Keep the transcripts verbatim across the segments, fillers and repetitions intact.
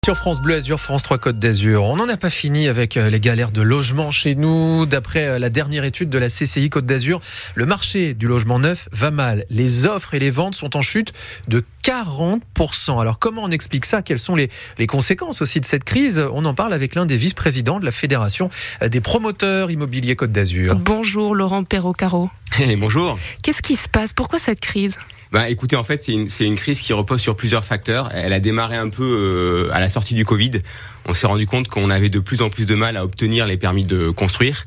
Sur France Bleu Azur, France trois Côte d'Azur, on n'en a pas fini avec les galères de logement chez nous. D'après la dernière étude de la C C I Côte d'Azur, le marché du logement neuf va mal. Les offres et les ventes sont en chute de quarante pour cent. Alors comment on explique ça ? Quelles sont les, les conséquences aussi de cette crise ? On en parle avec l'un des vice-présidents de la Fédération des promoteurs immobiliers Côte d'Azur. Bonjour Laurent Perrault-Caro. Hey, bonjour. Qu'est-ce qui se passe ? Pourquoi cette crise ? Ben, écoutez, en fait, c'est une, c'est une crise qui repose sur plusieurs facteurs. Elle a démarré un peu euh, à la sortie du Covid. On s'est rendu compte qu'on avait de plus en plus de mal à obtenir les permis de construire.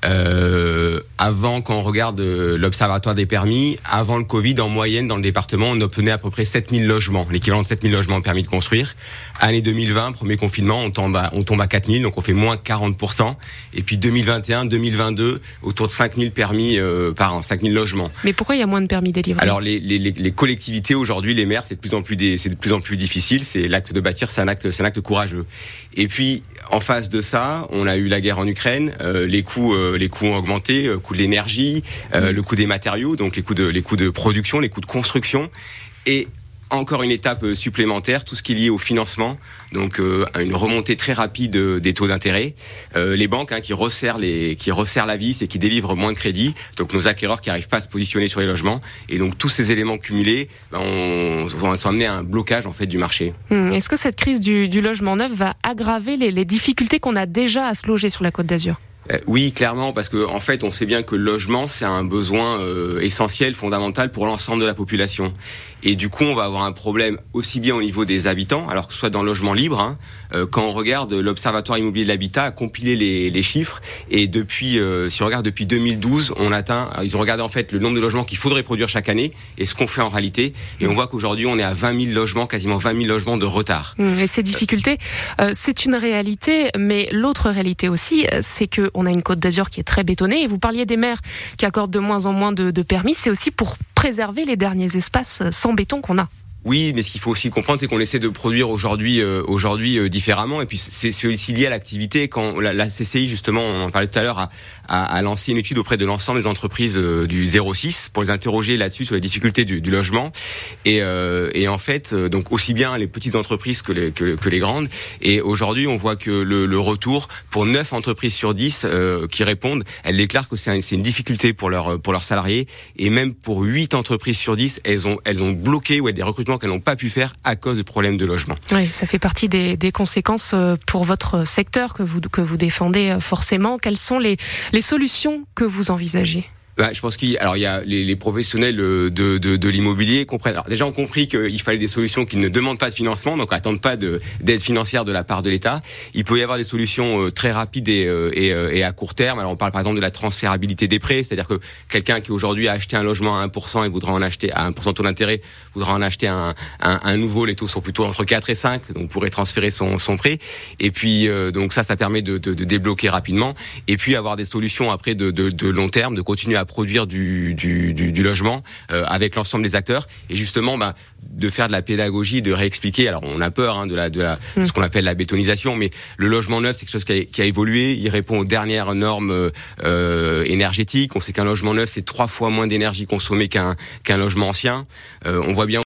Euh, avant, quand on regarde l'Observatoire des permis, avant le Covid, en moyenne, dans le département, on obtenait à peu près sept mille logements, l'équivalent de sept mille logements permis de construire. Année deux mille vingt, premier confinement, on tombe à, on tombe à quatre mille, donc on fait moins quarante pour cent. Et puis deux mille vingt et un, deux mille vingt-deux, autour de cinq mille permis euh, par an, cinq mille logements. Mais pourquoi il y a moins de permis délivrés ? Alors, les, les, les, les collectivités aujourd'hui, les maires, c'est de plus en plus des, c'est de plus en plus difficile. C'est l'acte de bâtir, c'est un acte, c'est un acte courageux. Et puis, en face de ça, on a eu la guerre en Ukraine, euh, les coûts, euh, les coûts ont augmenté, euh, coût de l'énergie, euh, le coût des matériaux, donc les coûts de, les coûts de production, les coûts de construction, et encore une étape supplémentaire, tout ce qui est lié au financement, donc euh, une remontée très rapide des taux d'intérêt, euh, les banques hein, qui resserrent les, qui resserrent la vis et qui délivrent moins de crédit, donc nos acquéreurs qui n'arrivent pas à se positionner sur les logements, et donc tous ces éléments cumulés, ben, on, on sont amenés à un blocage en fait du marché. Hum, est-ce que cette crise du, du logement neuf va aggraver les, les difficultés qu'on a déjà à se loger sur la Côte d'Azur ? Euh, oui, clairement, parce que en fait, on sait bien que le logement, c'est un besoin euh, essentiel, fondamental pour l'ensemble de la population. Et du coup, on va avoir un problème aussi bien au niveau des habitants, alors que ce soit dans le logement libre. Hein, euh, quand on regarde, l'Observatoire immobilier de l'habitat a compilé les, les chiffres, et depuis, euh, si on regarde depuis deux mille douze, on atteint. Ils ont regardé en fait le nombre de logements qu'il faudrait produire chaque année et ce qu'on fait en réalité, et on voit qu'aujourd'hui, on est à vingt mille logements, quasiment vingt mille logements de retard. Et ces difficultés, euh, c'est une réalité, mais l'autre réalité aussi, c'est que on a une Côte d'Azur qui est très bétonnée, et vous parliez des maires qui accordent de moins en moins de, de permis, c'est aussi pour préserver les derniers espaces sans béton qu'on a. Oui, mais ce qu'il faut aussi comprendre, c'est qu'on essaie de produire aujourd'hui, euh, aujourd'hui euh, différemment. Et puis c'est, c'est aussi lié à l'activité. Quand la, la C C I, justement, on en parlait tout à l'heure, a, a, a lancé une étude auprès de l'ensemble des entreprises euh, du zéro six pour les interroger là-dessus sur les difficultés du, du logement. Et, euh, et en fait, euh, donc aussi bien les petites entreprises que les, que, que les grandes. Et aujourd'hui, on voit que le, le retour pour neuf entreprises sur dix euh, qui répondent, elles déclarent que c'est, un, c'est une difficulté pour leurs pour leurs salariés. Et même pour huit entreprises sur dix, elles ont elles ont bloqué ou elles des recrutements qu'elles n'ont pas pu faire à cause de problèmes de logement. Oui, ça fait partie des, des conséquences pour votre secteur que vous, que vous défendez forcément. Quelles sont les, les solutions que vous envisagez ? Bah, je pense qu'il y a, alors il y a les, les professionnels de, de, de l'immobilier comprennent. Alors déjà, on compris qu'il fallait des solutions qui ne demandent pas de financement, donc attendent pas de, d'aide financière de la part de l'État. Il peut y avoir des solutions euh, très rapides et, euh, et, euh, et à court terme. Alors on parle par exemple de la transférabilité des prêts, c'est-à-dire que quelqu'un qui aujourd'hui a acheté un logement à un pour cent et voudra en acheter à un pour cent de taux d'intérêt, voudra en acheter un, un, un nouveau. Les taux sont plutôt entre quatre et cinq, donc pourrait transférer son, son prêt. Et puis euh, donc ça, ça permet de, de, de débloquer rapidement. Et puis avoir des solutions après de, de, de long terme, de continuer à produire du, du, du, du logement euh, avec l'ensemble des acteurs, et justement bah, de faire de la pédagogie, de réexpliquer. Alors on a peur hein, de, la, de, la, de ce qu'on appelle la bétonisation, mais le logement neuf, c'est quelque chose qui a, qui a évolué. Il répond aux dernières normes euh, énergétiques. On sait qu'un logement neuf, c'est trois fois moins d'énergie consommée qu'un, qu'un logement ancien. Euh, on voit bien